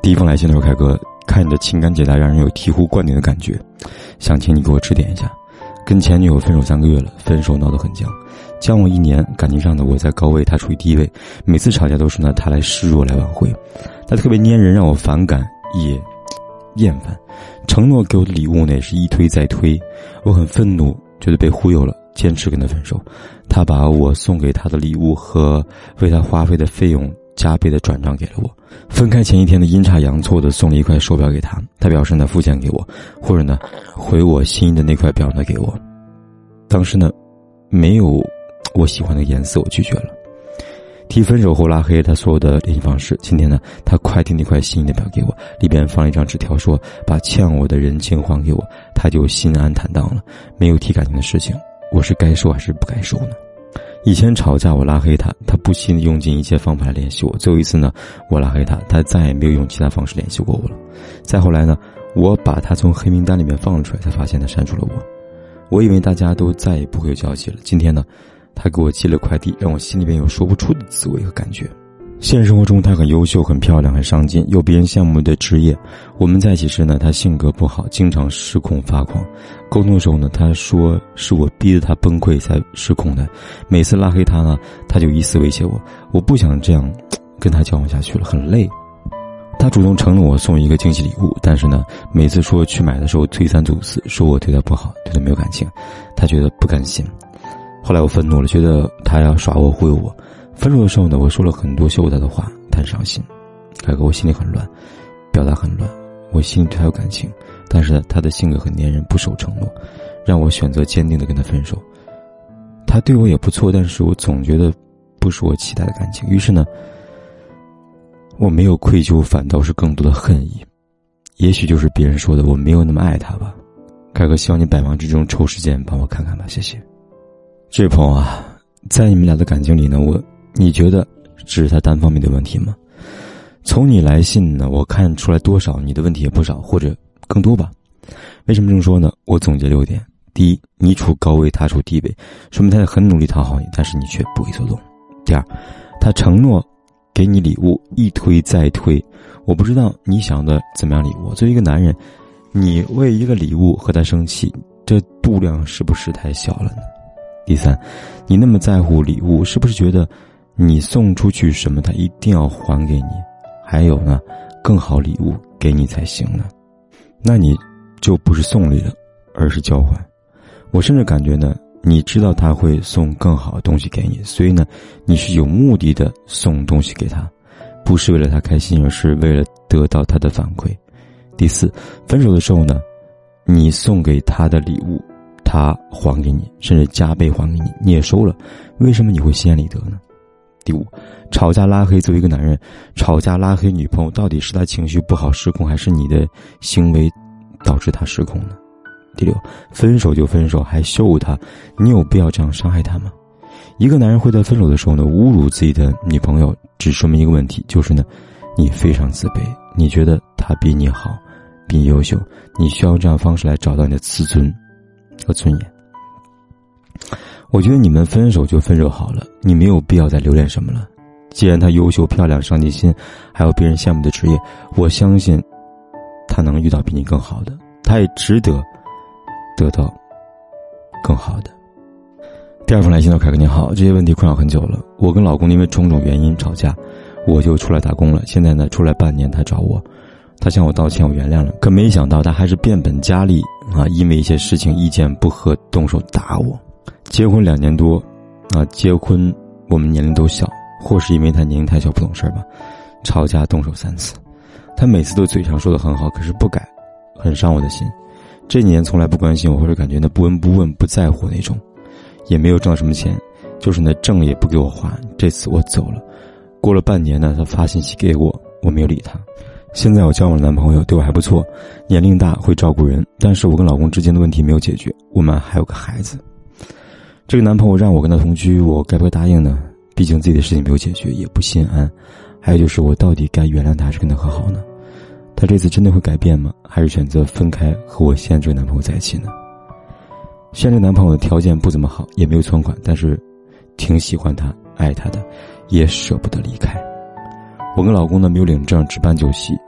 第一封来信的时候，凯哥，看你的情感解答让人有醍醐灌顶的感觉，想请你给我指点一下。跟前女友分手3个月了，分手闹得很僵，交往1年，感情上的我在高位，他处于低位，每次吵架都是呢他来示弱来挽回，他特别粘人，让我反感也厌烦，承诺给我的礼物呢也是一推再推，我很愤怒，觉得被忽悠了，坚持跟他分手。他把我送给他的礼物和为他花费的费用加倍的转账给了我。分开前一天的阴差阳错的送了一块手表给他，他表示呢付钱给我，或者呢回我心仪的那块表呢给我。当时呢没有我喜欢的颜色，我拒绝了。提分手后拉黑他所有的联系方式。今天呢他快递那块心仪的表给我，里边放了一张纸条，说把欠我的人情还给我，他就心安坦荡了，没有提感情的事情。我是该收还是不该收呢？以前吵架我拉黑他，他不惜地用尽一切方法来联系我，最后一次呢我拉黑他，他再也没有用其他方式联系过我了。再后来呢我把他从黑名单里面放了出来，才发现他删除了我。我以为大家都再也不会有交集了，今天呢他给我寄了快递，让我心里边有说不出的滋味和感觉。现实生活中他很优秀，很漂亮，很上进，有别人羡慕的职业。我们在一起时呢他性格不好，经常失控发狂，沟通的时候呢他说是我逼得他崩溃才失控的，每次拉黑他呢他就以死威胁我，我不想这样跟他交往下去了，很累。他主动承诺我送一个惊喜礼物，但是呢每次说去买的时候推三阻四，说我对他不好，对他没有感情，他觉得不甘心。后来我愤怒了，觉得他要耍我忽悠我。分手的时候呢我说了很多羞辱他的话，他很伤心。凯哥，我心里很乱，表达很乱，我心里对他有感情，但是他的性格很粘人，不守承诺，让我选择坚定的跟他分手。他对我也不错，但是我总觉得不是我期待的感情，于是呢我没有愧疚，反倒是更多的恨意。也许就是别人说的我没有那么爱他吧。凯哥，希望你百忙之中抽时间帮我看看吧，谢谢。这位朋友啊，在你们俩的感情里呢，你觉得只是他单方面的问题吗？从你来信呢我看出来多少你的问题也不少，或者更多吧。为什么这么说呢？我总结6点。第一，你处高位，他处低位，说明他很努力讨好你，但是你却不为所动。第二，他承诺给你礼物一推再推，我不知道你想的怎么样礼物。作为一个男人，你为一个礼物和他生气，这度量是不是太小了呢？第三，你那么在乎礼物，是不是觉得你送出去什么他一定要还给你？还有呢，更好礼物给你才行呢？那你就不是送礼了，而是交换。我甚至感觉呢，你知道他会送更好的东西给你，所以呢你是有目的的送东西给他，不是为了他开心，而是为了得到他的反馈。第四，分手的时候呢，你送给他的礼物他还给你，甚至加倍还给你，你也收了，为什么你会心安理得呢？第五，吵架拉黑，作为一个男人，吵架拉黑女朋友，到底是他情绪不好失控，还是你的行为导致他失控呢？第六，分手就分手，还羞辱他，你有必要这样伤害他吗？一个男人会在分手的时候呢侮辱自己的女朋友，只说明一个问题，就是呢你非常自卑，你觉得他比你好，比你优秀，你需要这样的方式来找到你的自尊和尊严。我觉得你们分手就分手好了，你没有必要再留恋什么了。既然他优秀漂亮上进心，还有别人羡慕的职业，我相信他能遇到比你更好的，他也值得得到更好的。第二封来信的凯哥，你好，这些问题困扰很久了。我跟老公因为种种原因吵架，我就出来打工了。现在呢出来半年，他找我，他向我道歉，我原谅了，可没想到他还是变本加厉因为一些事情意见不合动手打我。结婚2年多结婚我们年龄都小，或是因为他年龄太小不懂事吧，吵架动手3次。他每次都嘴上说的很好，可是不改，很伤我的心。这几年从来不关心我，或者感觉不闻不问不在乎那种，也没有挣什么钱，就是挣了也不给我花。这次我走了，过了半年呢他发信息给我，我没有理他。现在我交往的男朋友对我还不错，年龄大，会照顾人，但是我跟老公之间的问题没有解决，我们还有个孩子。这个男朋友让我跟他同居，我该不该答应呢？毕竟自己的事情没有解决，也不心安。还有就是我到底该原谅他还是跟他和好呢？他这次真的会改变吗？还是选择分开和我现在这个男朋友在一起呢？现在这个男朋友的条件不怎么好，也没有存款，但是挺喜欢他爱他的，也舍不得离开。我跟老公呢没有领证，只办酒席，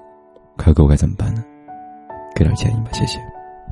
开口该怎么办呢？给点建议吧，谢谢。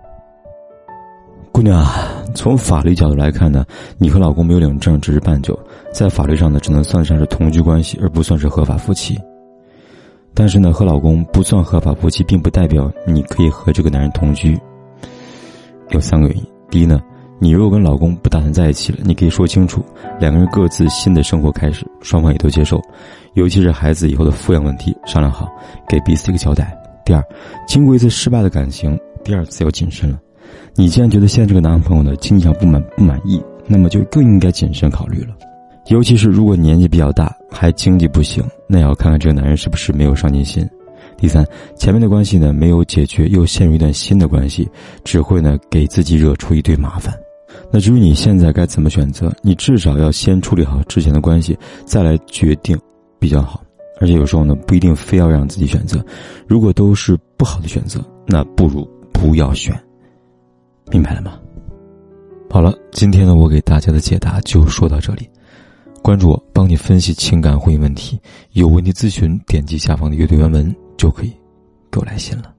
姑娘啊，从法律角度来看呢，你和老公没有领证，只是办酒，在法律上呢，只能算得上是同居关系，而不算是合法夫妻。但是呢，和老公不算合法夫妻，并不代表你可以和这个男人同居。有3个原因。第一呢，你如果跟老公不打算在一起了，你可以说清楚，两个人各自新的生活开始，双方也都接受，尤其是孩子以后的抚养问题商量好，给彼此一个交代。第二，经过一次失败的感情，第二次要谨慎了。你既然觉得现在这个男朋友呢经济上不满意，那么就更应该谨慎考虑了。尤其是如果年纪比较大，还经济不行，那也要看看这个男人是不是没有上进心。第三，前面的关系呢没有解决，又陷入一段新的关系，只会呢给自己惹出一堆麻烦。那至于你现在该怎么选择，你至少要先处理好之前的关系，再来决定比较好。而且有时候呢不一定非要让自己选择，如果都是不好的选择，那不如不要选。明白了吗？好了，今天呢我给大家的解答就说到这里。关注我，帮你分析情感婚姻问题，有问题咨询，点击下方的阅读原文就可以给我来信了。